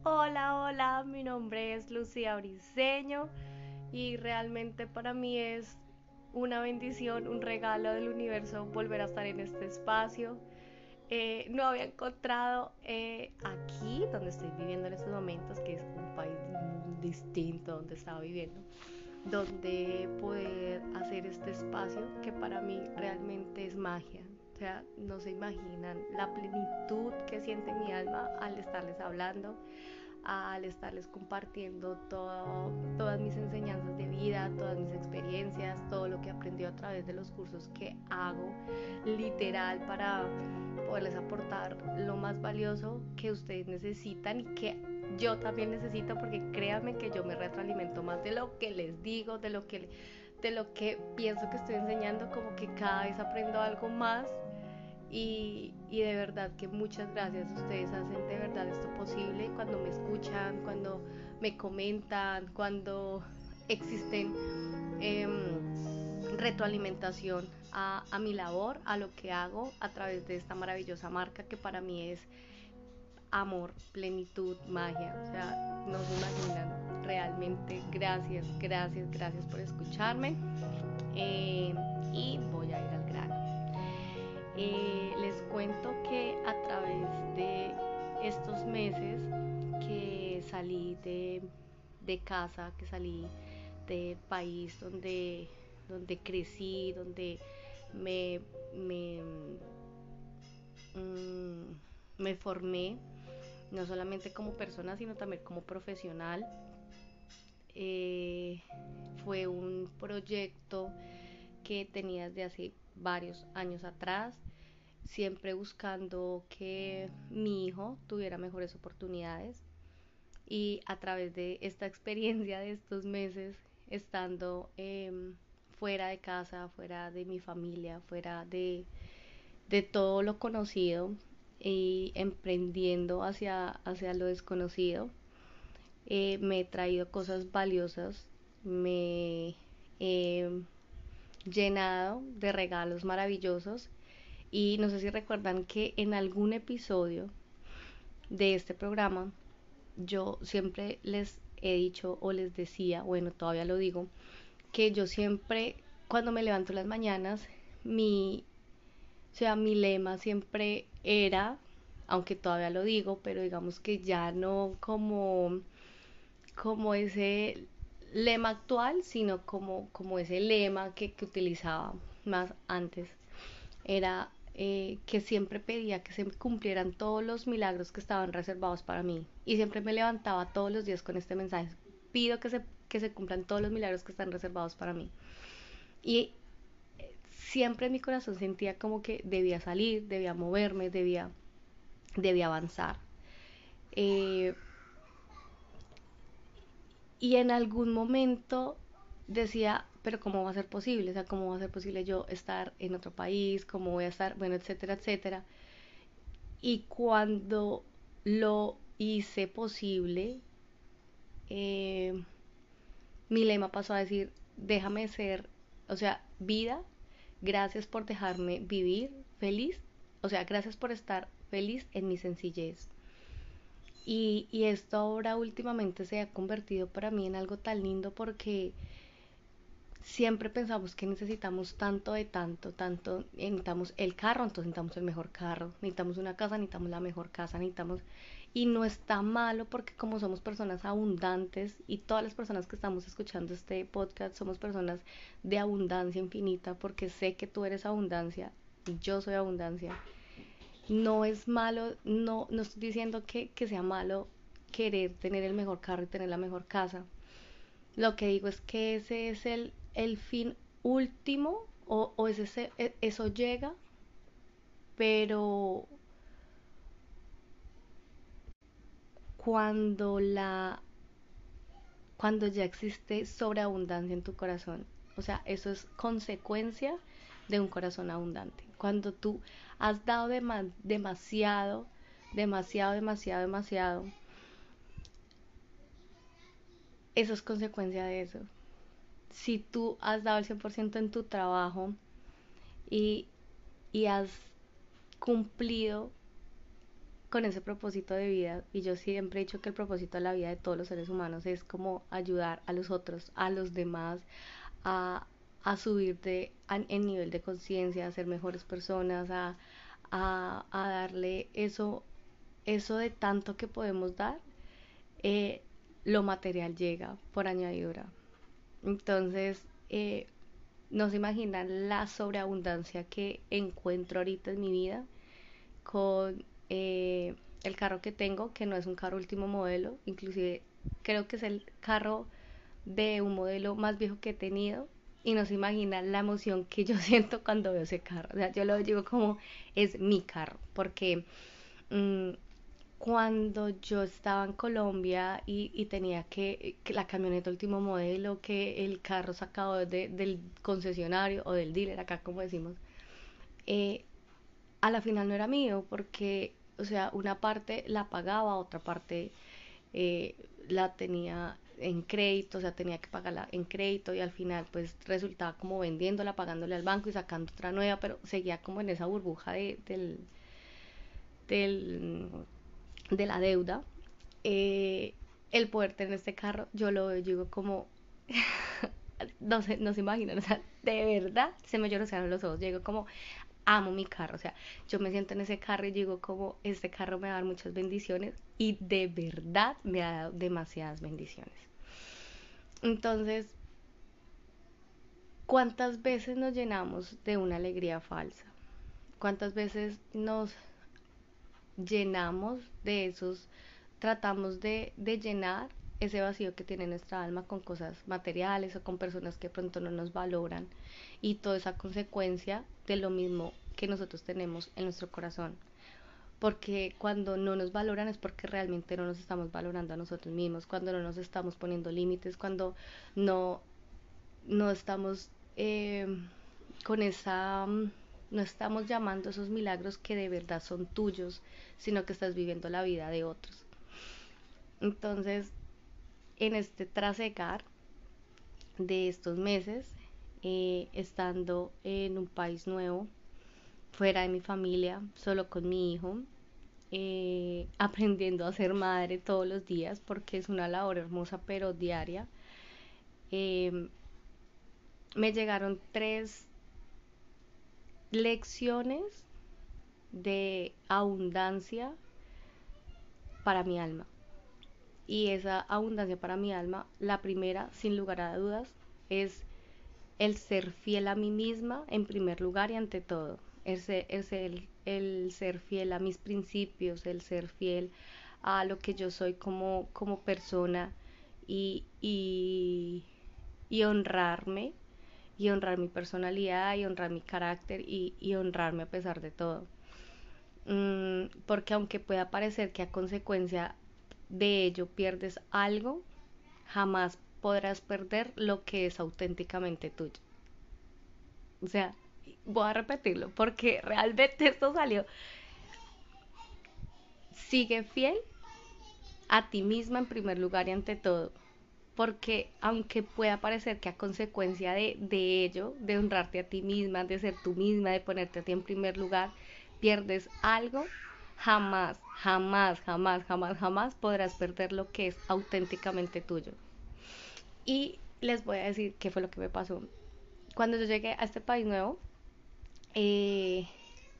Hola, hola, mi nombre es Lucía Briceño y realmente para mí es una bendición, un regalo del universo volver a estar en este espacio. No había encontrado aquí, donde estoy viviendo en estos momentos, que es un país distinto donde estaba viviendo, donde poder hacer este espacio que para mí realmente es magia. O sea, no se imaginan la plenitud que siente mi alma al estarles hablando, al estarles compartiendo todas mis enseñanzas de vida, todas mis experiencias, todo lo que aprendí a través de los cursos que hago, literal, para poderles aportar lo más valioso que ustedes necesitan y que yo también necesito, porque créanme que yo me retroalimento más de lo que les digo, de lo que pienso que estoy enseñando, como que cada vez aprendo algo más. Y de verdad que muchas gracias. Ustedes hacen de verdad esto posible cuando me escuchan, cuando me comentan, cuando existen eh, retroalimentación a mi labor, a lo que hago a través de esta maravillosa marca que para mí es amor, plenitud, magia. O sea, no se imaginan. Realmente gracias, gracias, gracias por escucharme. Eh, y voy a ir al grano. Les cuento que a través de estos meses que salí de casa, que salí del país donde crecí, donde me, me, mm, me formé, no solamente como persona, sino también como profesional. Eh, Fue un proyecto que tenía desde hace varios años atrás, siempre buscando que mi hijo tuviera mejores oportunidades, y a través de esta experiencia de estos meses, estando fuera de casa, fuera de mi familia, fuera de todo lo conocido y emprendiendo hacia lo desconocido, me he traído cosas valiosas, me he llenado de regalos maravillosos. Y no sé si recuerdan que en algún episodio de este programa yo siempre les he dicho o les decía, bueno, todavía lo digo, que yo siempre cuando me levanto las mañanas, mi, o sea, mi lema siempre era, aunque todavía lo digo, pero digamos que ya no como ese lema actual, sino como ese lema que utilizaba más antes, era que siempre pedía que se cumplieran todos los milagros que estaban reservados para mí. Y siempre me levantaba todos los días con este mensaje: pido que se cumplan todos los milagros que están reservados para mí. Y siempre en mi corazón sentía como que debía salir, debía moverme, debía avanzar. Eh, y en algún momento decía, pero ¿cómo va a ser posible? O sea, ¿cómo va a ser posible yo estar en otro país? ¿Cómo voy a estar? Bueno, etcétera, etcétera. Y cuando lo hice posible, eh, mi lema pasó a decir: déjame ser, o sea, vida, gracias por dejarme vivir feliz, o sea, gracias por estar feliz en mi sencillez. Y esto ahora últimamente se ha convertido para mí en algo tan lindo, porque siempre pensamos que necesitamos tanto de tanto, tanto, necesitamos el carro, entonces necesitamos el mejor carro, necesitamos una casa, necesitamos la mejor casa, necesitamos... Y no está malo, porque como somos personas abundantes, y todas las personas que estamos escuchando este podcast somos personas de abundancia infinita, porque sé que tú eres abundancia y yo soy abundancia. No es malo, no estoy diciendo que sea malo querer tener el mejor carro y tener la mejor casa. Lo que digo es que ese es el fin último, o es eso llega, pero cuando cuando ya existe sobreabundancia en tu corazón. O sea, eso es consecuencia de un corazón abundante. Cuando tú has dado demasiado, demasiado, demasiado, demasiado, eso es consecuencia de eso. Si tú has dado el 100% en tu trabajo, y, y has cumplido con ese propósito de vida, y yo siempre he dicho que el propósito de la vida de todos los seres humanos es como ayudar a los otros, a los demás, a, a subir en nivel de conciencia, a ser mejores personas, a darle eso de tanto que podemos dar, eh, lo material llega por añadidura. Entonces, no se imaginan la sobreabundancia que encuentro ahorita en mi vida con el carro que tengo, que no es un carro último modelo, inclusive creo que es el carro de un modelo más viejo que he tenido, y no se imagina la emoción que yo siento cuando veo ese carro. O sea, yo lo digo como es mi carro, porque mmm, cuando yo estaba en Colombia y tenía que la camioneta último modelo, que el carro sacado del concesionario o del dealer, acá como decimos, eh, a la final no era mío, porque, o sea, una parte la pagaba, otra parte eh, la tenía en crédito, o sea, tenía que pagarla en crédito, y al final pues resultaba como vendiéndola, pagándole al banco y sacando otra nueva, pero seguía como en esa burbuja del, de la deuda. Eh, el poder tener este carro, yo lo veo, yo digo como, no se imaginan, o sea, de verdad se me lloran los ojos, yo digo como, amo mi carro, o sea, yo me siento en ese carro y digo como, este carro me va a dar muchas bendiciones, y de verdad me ha dado demasiadas bendiciones. Entonces, ¿cuántas veces nos llenamos de una alegría falsa? ¿Cuántas veces nos llenamos de esos, tratamos de llenar ese vacío que tiene nuestra alma con cosas materiales o con personas que pronto no nos valoran, y toda esa consecuencia de lo mismo que nosotros tenemos en nuestro corazón? Porque cuando no nos valoran es porque realmente no nos estamos valorando a nosotros mismos, cuando no nos estamos poniendo límites, cuando no, no estamos con esa, no estamos llamando esos milagros que de verdad son tuyos, sino que estás viviendo la vida de otros. Entonces, en este trasegar de estos meses, estando en un país nuevo, fuera de mi familia, solo con mi hijo, aprendiendo a ser madre todos los días, porque es una labor hermosa pero diaria, eh, me llegaron tres lecciones de abundancia para mi alma. Y esa abundancia para mi alma, la primera, sin lugar a dudas, es el ser fiel a mí misma en primer lugar y ante todo. El ser fiel a mis principios, el ser fiel a lo que yo soy como persona, y, y, y honrarme, y honrar mi personalidad, y honrar mi carácter, y honrarme a pesar de todo. Porque aunque pueda parecer que a consecuencia de ello pierdes algo, jamás podrás perder lo que es auténticamente tuyo. O sea, voy a repetirlo porque realmente esto salió. Sigue fiel a ti misma en primer lugar y ante todo. Porque aunque pueda parecer que a consecuencia de ello, de honrarte a ti misma, de ser tú misma, de ponerte a ti en primer lugar, pierdes algo, jamás, jamás, jamás, jamás, jamás podrás perder lo que es auténticamente tuyo. Y les voy a decir qué fue lo que me pasó. Cuando yo llegué a este país nuevo, eh,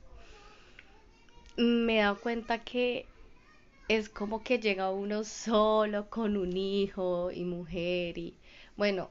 me he dado cuenta que es como que llega uno solo con un hijo y mujer, y bueno,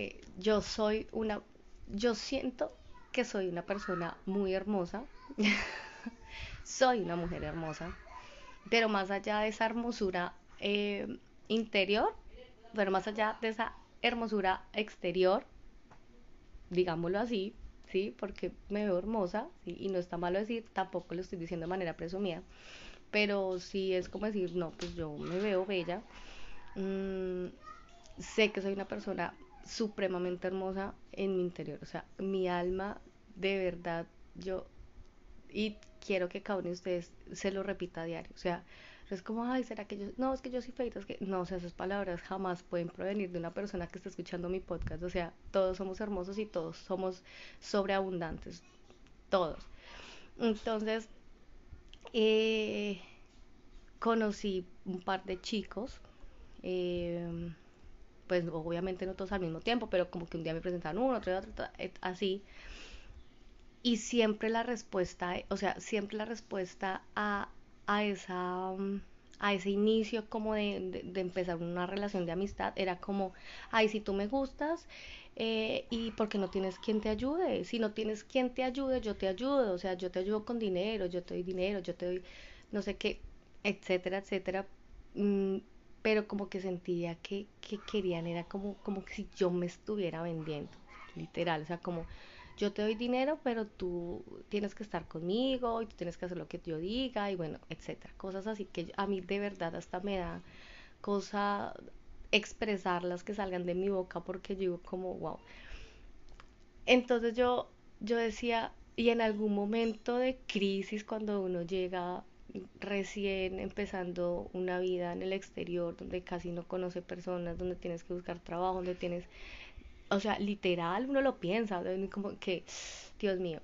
yo siento que soy una persona muy hermosa. Soy una mujer hermosa, pero más allá de esa hermosura interior, pero más allá de esa hermosura exterior, digámoslo así, ¿sí? Porque me veo hermosa, ¿sí? Y no está malo decir, tampoco lo estoy diciendo de manera presumida, pero sí es como decir, no, pues yo me veo bella. Mm, sé que soy una persona supremamente hermosa en mi interior, o sea, mi alma, de verdad, yo, y quiero que cada uno de ustedes se lo repita a diario, o sea, no es como, ay, ¿será que yo? No, es que yo soy feita, es que no, o sea, esas palabras jamás pueden provenir de una persona que está escuchando mi podcast. O sea, todos somos hermosos y todos somos sobreabundantes, todos. Entonces, eh, conocí un par de chicos, eh, pues obviamente no todos al mismo tiempo, pero como que un día me presentaron uno, otro, así. Y siempre la respuesta, o sea, siempre la respuesta a esa, a ese inicio como de empezar una relación de amistad era como, ay, si tú me gustas, y porque no tienes quien te ayude, si no tienes quien te ayude, yo te ayudo, o sea, yo te ayudo con dinero, yo te doy no sé qué, etcétera, etcétera. Mm, pero como que sentía que querían, era como que si yo me estuviera vendiendo, literal, o sea, como yo te doy dinero, pero tú tienes que estar conmigo y tú tienes que hacer lo que yo diga y bueno, etcétera. Cosas así que a mí de verdad hasta me da cosa expresarlas que salgan de mi boca porque yo digo como wow. Entonces yo decía, y en algún momento de crisis cuando uno llega recién empezando una vida en el exterior, donde casi no conoce personas, donde tienes que buscar trabajo, donde tienes, o sea, literal uno lo piensa, como que, Dios mío.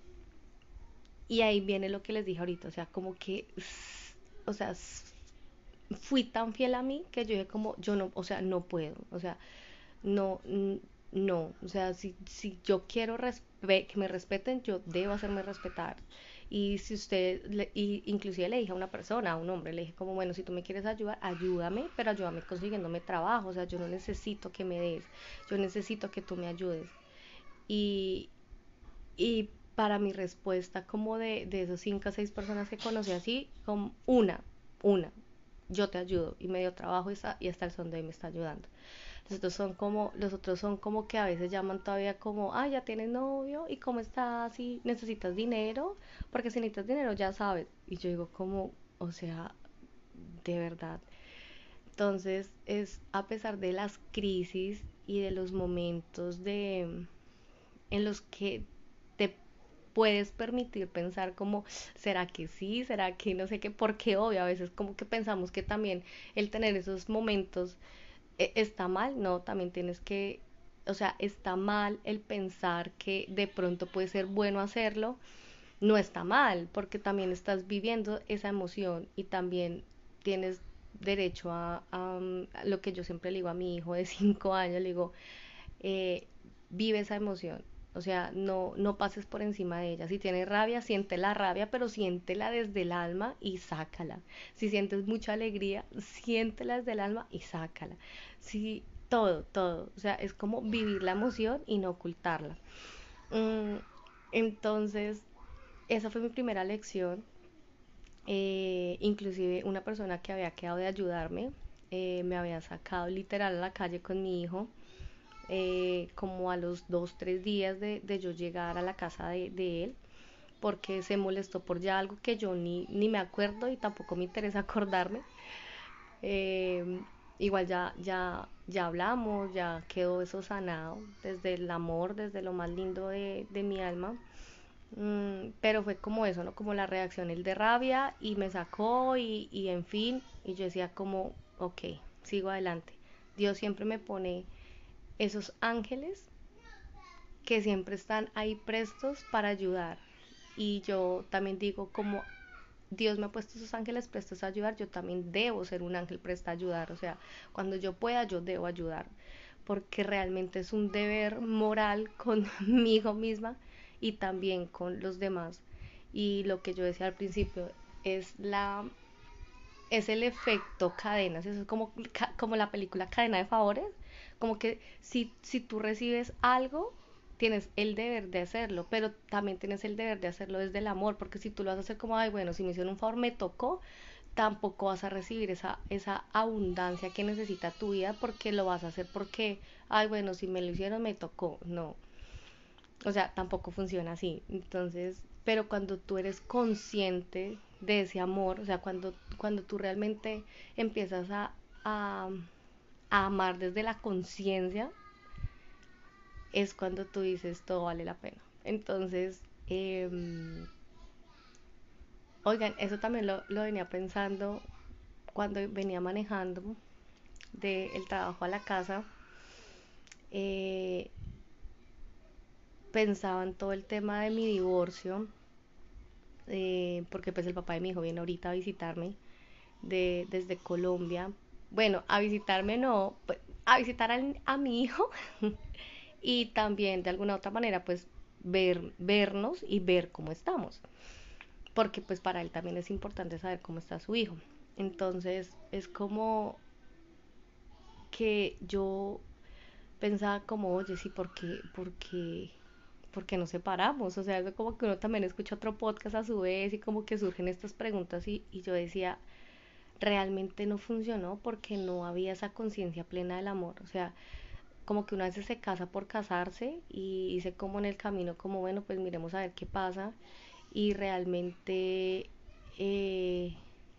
Y ahí viene lo que les dije ahorita, o sea, como que, o sea, fui tan fiel a mí que yo dije como, yo no, o sea, no puedo, o sea, no, no, o sea, si yo quiero que me respeten, yo debo hacerme respetar. Y si usted, y inclusive le dije a una persona, a un hombre, le dije como, bueno, si tú me quieres ayudar, ayúdame, pero ayúdame consiguiéndome trabajo, o sea, yo no necesito que me des, yo necesito que tú me ayudes. Y, y para mi respuesta, como de esos 5 o 6 personas que conocí así, como una, yo te ayudo y me dio trabajo y hasta el son de hoy me está ayudando. Los otros son como que a veces llaman todavía como, ah, ya tienes novio y cómo estás y necesitas dinero, porque si necesitas dinero ya sabes. Y yo digo como, o sea, de verdad. Entonces es a pesar de las crisis y de los momentos en los que te puedes permitir pensar como, ¿será que sí? ¿Será que no sé qué? Porque obvio, a veces como que pensamos que también el tener esos momentos está mal, no, también tienes que, o sea, está mal el pensar que de pronto puede ser bueno hacerlo, no está mal, porque también estás viviendo esa emoción y también tienes derecho a lo que yo siempre le digo a mi hijo de 5 años, le digo, eh, vive esa emoción. O sea, no pases por encima de ella. Si tienes rabia, siente la rabia, pero siéntela desde el alma y sácala. Si sientes mucha alegría, siéntela desde el alma y sácala. Si todo, todo. O sea, es como vivir la emoción y no ocultarla. Mm, entonces, esa fue mi primera lección. Inclusive una persona que había quedado de ayudarme me había sacado literal a la calle con mi hijo como a los 2, 3 días de yo llegar a la casa de él, porque se molestó por ya algo que yo ni me acuerdo y tampoco me interesa acordarme. Eh, igual ya hablamos, ya quedó eso sanado desde el amor, desde lo más lindo de mi alma. Pero fue como eso, ¿no? Como la reacción, el de rabia y me sacó y en fin, y yo decía como, ok, sigo adelante. Dios siempre me pone esos ángeles que siempre están ahí prestos para ayudar. Y yo también digo, como Dios me ha puesto esos ángeles prestos a ayudar, yo también debo ser un ángel presto a ayudar. O sea, cuando yo pueda, yo debo ayudar. Porque realmente es un deber moral conmigo misma y también con los demás. Y lo que yo decía al principio es es el efecto cadenas, eso es como la película Cadena de Favores, como que si tú recibes algo, tienes el deber de hacerlo, pero también tienes el deber de hacerlo desde el amor, porque si tú lo vas a hacer como, ay, bueno, si me hicieron un favor, me tocó, tampoco vas a recibir esa abundancia que necesita tu vida, porque lo vas a hacer porque, ay, bueno, si me lo hicieron, me tocó, no, o sea, tampoco funciona así. Entonces, pero cuando tú eres consciente de ese amor, o sea, cuando tú realmente empiezas a, a amar desde la conciencia, es cuando tú dices todo vale la pena. Entonces, oigan, eso también lo venía pensando cuando venía manejando del trabajo a la casa. eh, Pensaba en todo el tema de mi divorcio, porque pues el papá de mi hijo viene ahorita a visitarme desde Colombia, bueno, a visitarme no, pues, a visitar a mi hijo y también de alguna otra manera pues vernos y ver cómo estamos, porque pues para él también es importante saber cómo está su hijo. Entonces es como que yo pensaba como, oye, sí, ¿por qué nos separamos? O sea, es como que uno también escucha otro podcast a su vez y como que surgen estas preguntas y yo decía, realmente no funcionó porque no había esa conciencia plena del amor. O sea, como que una vez se casa por casarse y dice como en el camino, como bueno, pues miremos a ver qué pasa y realmente eh,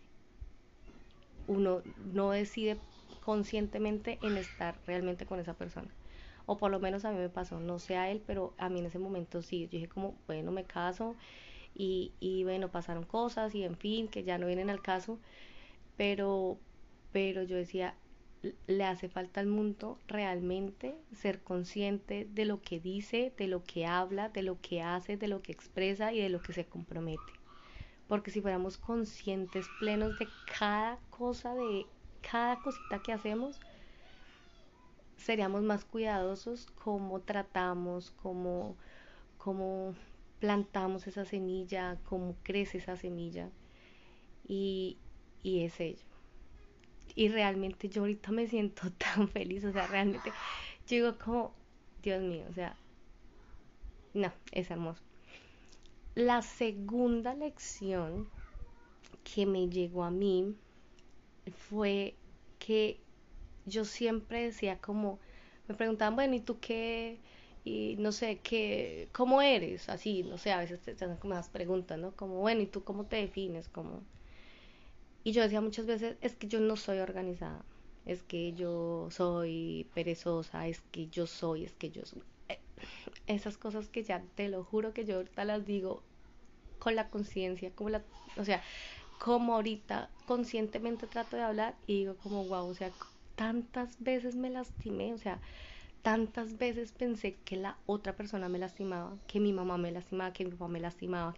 uno no decide conscientemente en estar realmente con esa persona. O por lo menos a mí me pasó, no sé a él, pero a mí en ese momento sí. Yo dije como, bueno, me caso y bueno, pasaron cosas y en fin, que ya no vienen al caso, pero, pero yo decía, le hace falta al mundo realmente ser consciente de lo que dice, de lo que habla, de lo que hace, de lo que expresa y de lo que se compromete. Porque si fuéramos conscientes plenos de cada cosa, de cada cosita que hacemos, seríamos más cuidadosos cómo tratamos, cómo plantamos esa semilla, cómo crece esa semilla. Y, y es ello. Y realmente yo ahorita me siento tan feliz, o sea, realmente yo digo como, Dios mío, o sea, no, es hermoso. La segunda lección que me llegó a mí fue que yo siempre decía como, me preguntaban, bueno, ¿y tú qué? Y no sé, ¿qué, cómo eres? Así, no sé, a veces te hacen como esas preguntas, ¿no? Como, bueno, ¿y tú cómo te defines? Como... Y yo decía muchas veces, es que yo no soy organizada, es que yo soy perezosa, es que yo soy... Esas cosas que ya te lo juro que yo ahorita las digo con la conciencia, como la, o sea, como ahorita conscientemente trato de hablar y digo como wow, o sea, tantas veces me lastimé, o sea, tantas veces pensé que la otra persona me lastimaba, que mi mamá me lastimaba, que mi papá me lastimaba,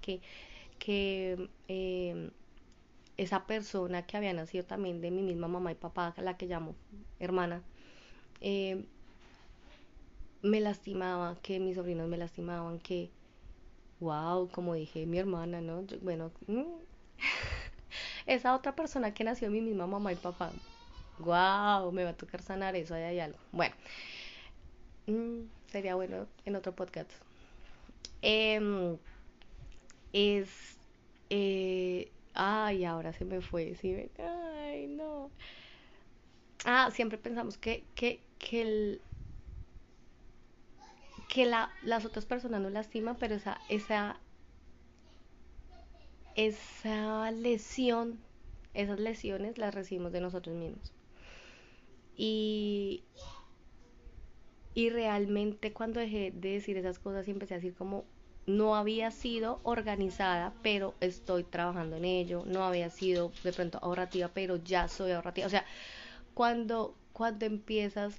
que esa persona que había nacido también de mi misma mamá y papá, la que llamo hermana, eh, me lastimaba, que mis sobrinos me lastimaban, que wow, como dije mi hermana, ¿no? Bueno, esa otra persona que nació de mi misma mamá y papá, wow, me va a tocar sanar eso, ahí hay algo. Bueno, sería bueno en otro podcast. Em, es, ay, ahora se me fue, ¿sí ven? Ay, no. Ah, siempre pensamos que las otras personas nos lastiman, pero esa lesión, esas lesiones las recibimos de nosotros mismos. Y, y realmente cuando dejé de decir esas cosas y empecé a decir como no había sido organizada, pero estoy trabajando en ello, no había sido de pronto ahorrativa, pero ya soy ahorrativa. O sea, cuando empiezas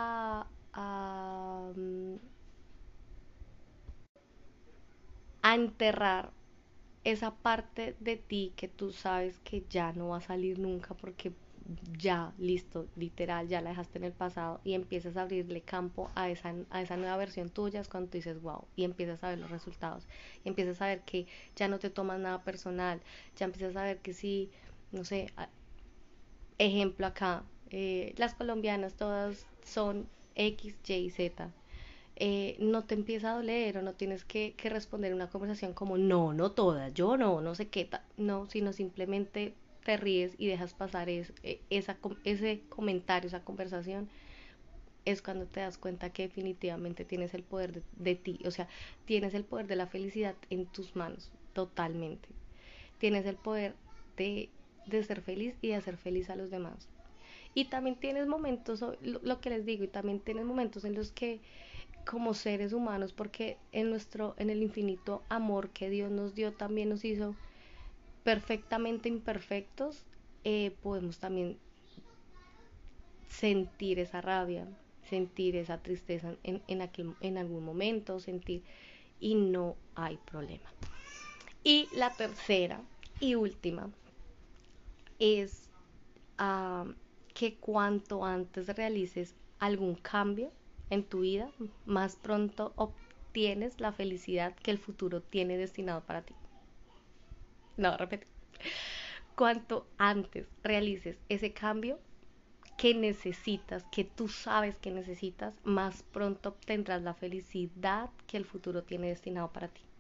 a enterrar esa parte de ti que tú sabes que ya no va a salir nunca porque ya, listo, literal, ya la dejaste en el pasado y empiezas a abrirle campo a esa nueva versión tuya, es cuando tú dices, wow, y empiezas a ver los resultados, y empiezas a ver que ya no te tomas nada personal, ya empiezas a ver que sí, no sé, ejemplo acá, las colombianas todas son X, Y, Z, no te empieza a doler o no tienes que responder una conversación como no, no todas, yo no, no sé qué, no, sino simplemente te ríes y dejas pasar ese comentario, esa conversación, es cuando te das cuenta que definitivamente tienes el poder de ti, o sea, tienes el poder de la felicidad en tus manos, totalmente. Tienes el poder de ser feliz y de hacer feliz a los demás. Y también tienes momentos, lo que les digo, y también tienes momentos en los que como seres humanos, porque en el infinito amor que Dios nos dio, también nos hizo perfectamente imperfectos, podemos también sentir esa rabia, sentir esa tristeza en algún momento, sentir, y no hay problema. Y la tercera y última es a que cuanto antes realices algún cambio en tu vida, más pronto obtienes la felicidad que el futuro tiene destinado para ti. No, repito. Cuanto antes realices ese cambio que necesitas, que tú sabes que necesitas, más pronto obtendrás la felicidad que el futuro tiene destinado para ti.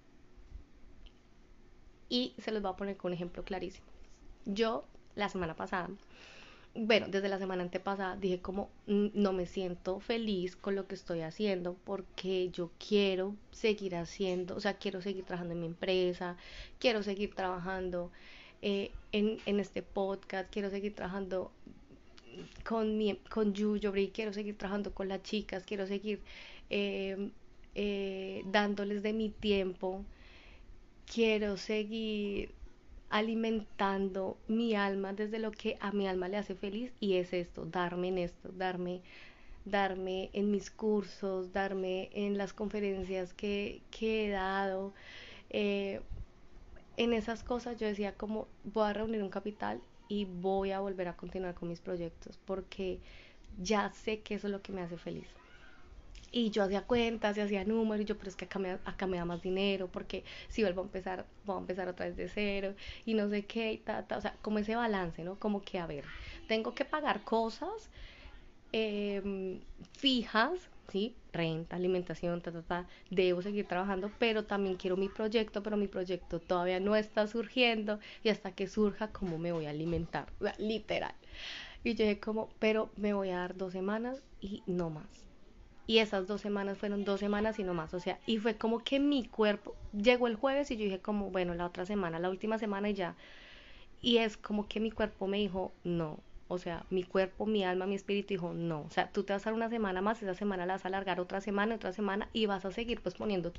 Y se los voy a poner con un ejemplo clarísimo. Yo, la semana pasada, bueno, desde la semana antepasada dije como no me siento feliz con lo que estoy haciendo porque yo quiero seguir haciendo, o sea, quiero seguir trabajando en mi empresa, quiero seguir trabajando en este podcast, quiero seguir trabajando con Yuyobri, quiero seguir trabajando con las chicas, quiero seguir eh, dándoles de mi tiempo, quiero seguir alimentando mi alma desde lo que a mi alma le hace feliz y es esto, darme en esto, darme en mis cursos, darme en las conferencias que he dado, eh, en esas cosas yo decía como voy a reunir un capital y voy a volver a continuar con mis proyectos porque ya sé que eso es lo que me hace feliz. Y yo hacía cuentas y hacía números y yo, pero es que acá me da más dinero porque si vuelvo a empezar, voy a empezar otra vez de cero y no sé qué y o sea, como ese balance, ¿no? Como que, a ver, tengo que pagar cosas fijas, ¿sí? Renta, alimentación, debo seguir trabajando, pero también quiero mi proyecto, pero mi proyecto todavía no está surgiendo y hasta que surja, ¿cómo me voy a alimentar? O sea, literal. Y yo dije como, pero me voy a dar 2 semanas y no más. Y esas 2 semanas fueron 2 semanas y no más, o sea, y fue como que mi cuerpo llegó el jueves y yo dije como, bueno, la otra semana, la última semana y ya, y es como que mi cuerpo me dijo, no, o sea, mi cuerpo, mi alma, mi espíritu dijo, no, o sea, tú te vas a dar una semana más, esa semana la vas a alargar otra semana y vas a seguir pues poniendo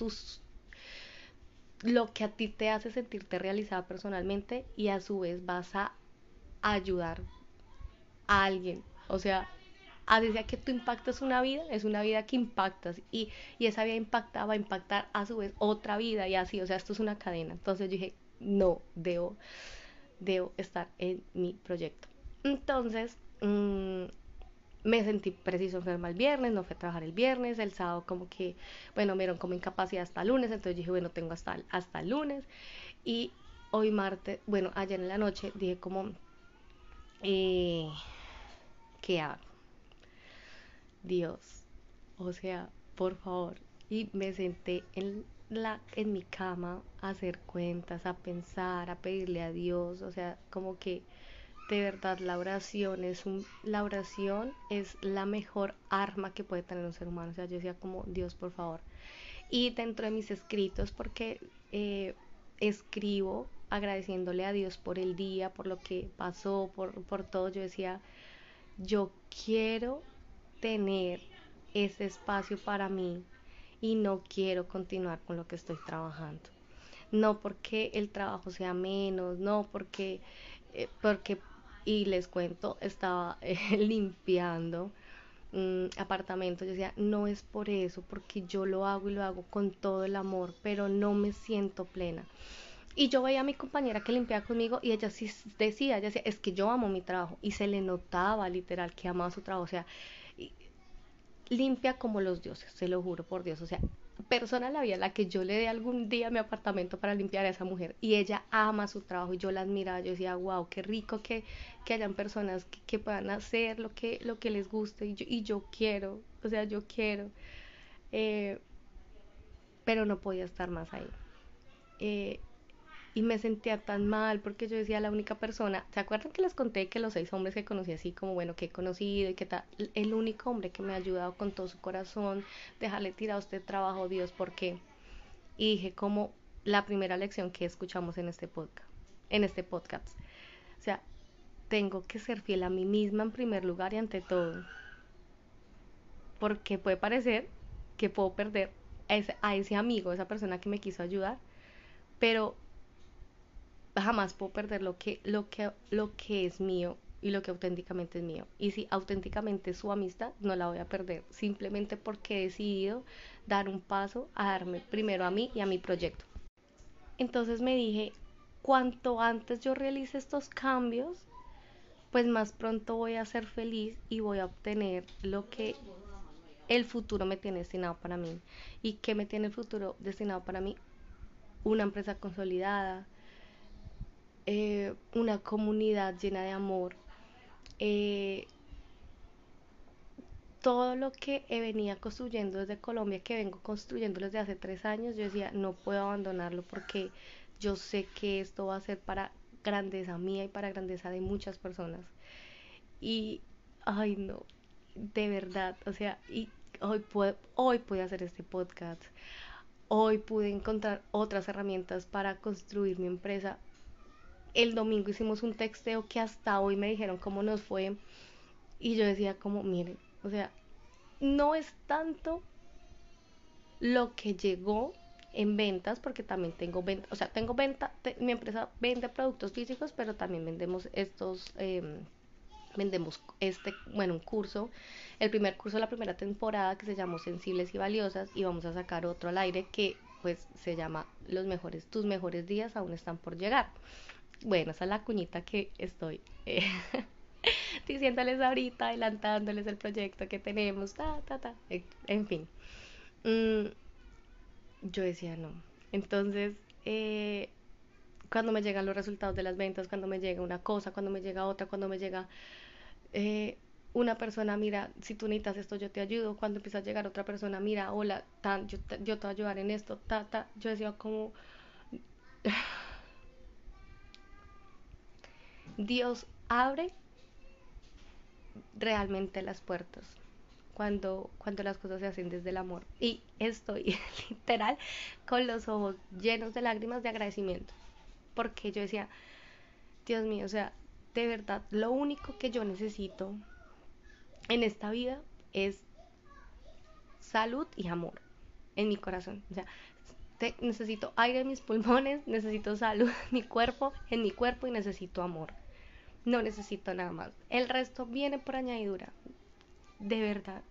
lo que a ti te hace sentirte realizada personalmente y a su vez vas a ayudar a alguien, o sea, así sea que tú impactas una vida, es una vida que impactas y esa vida impacta, va a impactar a su vez otra vida y así, o sea, esto es una cadena. Entonces yo dije, no, debo estar en mi proyecto. Entonces, me sentí preciso enferma el viernes, no fui a trabajar el viernes, el sábado como que, bueno, me dieron como incapacidad hasta el lunes, entonces dije, bueno, tengo hasta el lunes y hoy martes, bueno, ayer en la noche dije como, eh, ¿qué hago? Dios, o sea, por favor. Y me senté en mi cama a hacer cuentas, a pensar, a pedirle a Dios, o sea, como que de verdad la oración es la mejor arma que puede tener un ser humano. O sea, yo decía como, Dios, por favor. Y dentro de mis escritos, porque escribo agradeciéndole a Dios por el día, por lo que pasó, por todo, yo decía, yo quiero tener ese espacio para mí y no quiero continuar con lo que estoy trabajando. No porque el trabajo sea menos, no porque y les cuento, estaba limpiando apartamentos, yo decía, no es por eso, porque yo lo hago y lo hago con todo el amor, pero no me siento plena. Y yo veía a mi compañera que limpiaba conmigo y ella sí decía, ella decía, es que yo amo mi trabajo. Y se le notaba literal que amaba su trabajo. O sea, limpia como los dioses, se lo juro por Dios. O sea, persona la vida a la que yo le dé algún día mi apartamento para limpiar a esa mujer. Y ella ama su trabajo y yo la admiraba. Yo decía, wow, qué rico que hayan personas que puedan hacer lo que les guste. Y yo quiero, o sea, yo quiero. Eh, pero no podía estar más ahí. Eh, y me sentía tan mal porque yo decía la única persona, ¿se acuerdan que les conté que los 6 hombres que conocí así como bueno que he conocido y que tal, el único hombre que me ha ayudado con todo su corazón, dejarle tirado este trabajo, Dios, ¿por qué? Y dije como la primera lección que escuchamos en este podcast, o sea, tengo que ser fiel a mí misma en primer lugar y ante todo, porque puede parecer que puedo perder a ese amigo, esa persona que me quiso ayudar, pero jamás puedo perder lo que es mío y lo que auténticamente es mío. Y si auténticamente es su amistad, no la voy a perder, simplemente porque he decidido dar un paso a darme primero a mí y a mi proyecto. Entonces me dije, cuanto antes yo realice estos cambios, pues más pronto voy a ser feliz y voy a obtener lo que el futuro me tiene destinado para mí. ¿Y qué me tiene el futuro destinado para mí? Una empresa consolidada, una comunidad llena de amor, eh, todo lo que venía construyendo desde Colombia, que vengo construyendo desde hace 3 años, yo decía, no puedo abandonarlo porque yo sé que esto va a ser para grandeza mía y para grandeza de muchas personas. Y, ay no, de verdad, o sea, y hoy pude hacer este podcast, hoy pude encontrar otras herramientas para construir mi empresa. El domingo hicimos un texteo que hasta hoy me dijeron cómo nos fue y yo decía como, miren, o sea, no es tanto lo que llegó en ventas, porque también tengo venta, o sea, tengo venta, mi empresa vende productos físicos, pero también vendemos bueno, un curso, el primer curso de la primera temporada que se llamó Sensibles y Valiosas y vamos a sacar otro al aire que pues se llama tus mejores días aún están por llegar. Bueno, esa es la cuñita que estoy diciéndoles ahorita, adelantándoles el proyecto que tenemos, en fin. Mm, yo decía no. Entonces, eh, cuando me llegan los resultados de las ventas, cuando me llega una cosa, cuando me llega otra, cuando me llega eh, una persona, mira, si tú necesitas esto, yo te ayudo. Cuando empieza a llegar otra persona, mira, hola, yo te voy a ayudar en esto, Yo decía como, Dios abre realmente las puertas cuando las cosas se hacen desde el amor. Y estoy literal con los ojos llenos de lágrimas de agradecimiento. Porque yo decía, Dios mío, o sea, de verdad, lo único que yo necesito en esta vida es salud y amor en mi corazón. O sea, necesito aire en mis pulmones, necesito salud en mi cuerpo y necesito amor. No necesito nada más. El resto viene por añadidura, de verdad.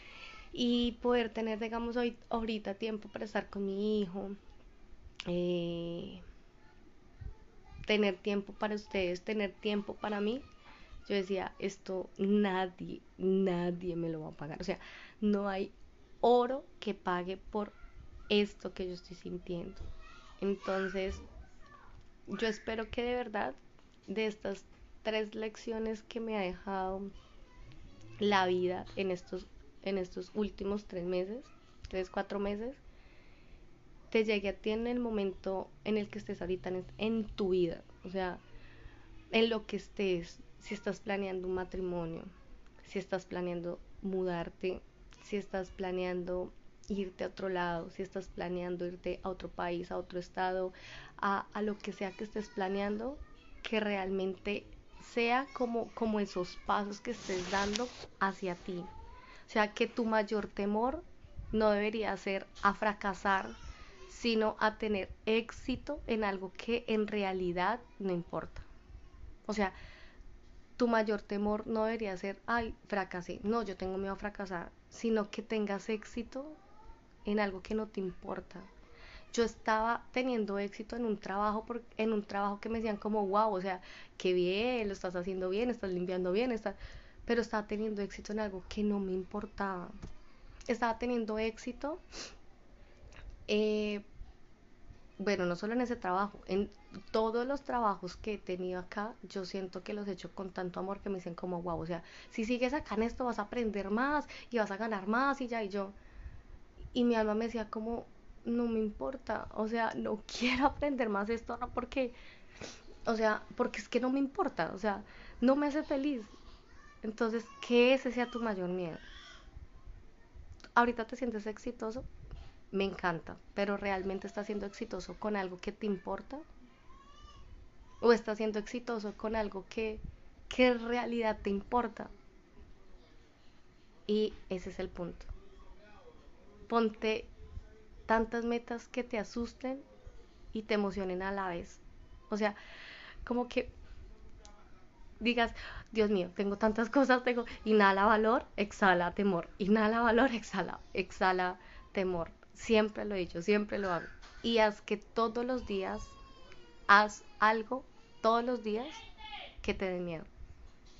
Y poder tener, digamos, hoy, ahorita tiempo para estar con mi hijo, eh, tener tiempo para ustedes, tener tiempo para mí. Yo decía, esto nadie me lo va a pagar. O sea, no hay oro que pague por esto que yo estoy sintiendo. Entonces, yo espero que de verdad, de estas 3 lecciones que me ha dejado la vida en estos últimos 3 meses, 4 meses, te llegue a ti en el momento en el que estés ahorita en tu vida. O sea, en lo que estés, si estás planeando un matrimonio, si estás planeando mudarte, si estás planeando irte a otro lado, si estás planeando irte a otro país, a otro estado, a lo que sea que estés planeando, que realmente sea como esos pasos que estés dando hacia ti. O sea, que tu mayor temor no debería ser a fracasar, sino a tener éxito en algo que en realidad no importa. O sea, tu mayor temor no debería ser, ay, fracasé. No, yo tengo miedo a fracasar, sino que tengas éxito en algo que no te importa. Yo estaba teniendo éxito en un trabajo que me decían como, wow, o sea, qué bien, lo estás haciendo bien, estás limpiando bien, pero estaba teniendo éxito en algo que no me importaba. Estaba teniendo éxito, eh, bueno, no solo en ese trabajo, en todos los trabajos que he tenido acá, yo siento que los he hecho con tanto amor que me dicen como, wow, o sea, si sigues acá en esto vas a aprender más y vas a ganar más y ya, y mi alma me decía como, no me importa, o sea, no quiero aprender más esto, no porque, o sea, porque es que no me importa, o sea, no me hace feliz. Entonces, que ese sea tu mayor miedo. Ahorita te sientes exitoso, me encanta, pero realmente estás siendo exitoso con algo que te importa o estás siendo exitoso con algo que en realidad te importa. Y ese es el punto. Ponte tantas metas que te asusten y te emocionen a la vez. O sea, como que digas, Dios mío, tengo tantas cosas, inhala valor, exhala temor, inhala valor, exhala temor. Siempre lo he dicho, siempre lo hago. Y haz que todos los días, haz algo todos los días que te dé miedo.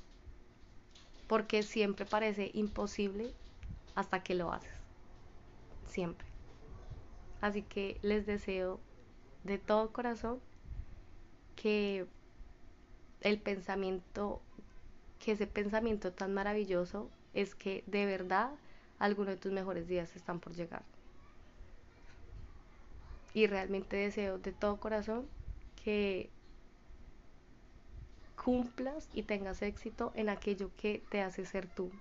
porque siempre parece imposible hasta que lo haces, siempre. Así que les deseo de todo corazón que el pensamiento, que ese pensamiento tan maravilloso es que de verdad algunos de tus mejores días están por llegar. Y realmente deseo de todo corazón que cumplas y tengas éxito en aquello que te hace ser tú.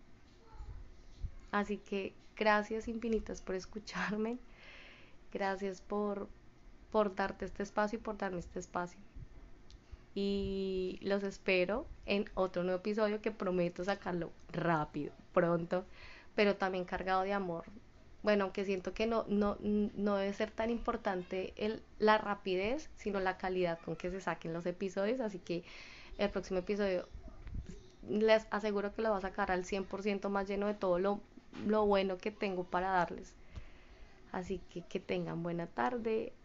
Así que gracias infinitas por escucharme, gracias por darte este espacio y por darme este espacio. Y los espero en otro nuevo episodio que prometo sacarlo rápido, pronto, pero también cargado de amor. Bueno, aunque siento que no debe ser tan importante la rapidez, sino la calidad con que se saquen los episodios. Así que el próximo episodio les aseguro que lo va a sacar al 100% más lleno de todo lo bueno que tengo para darles. Así que tengan buena tarde,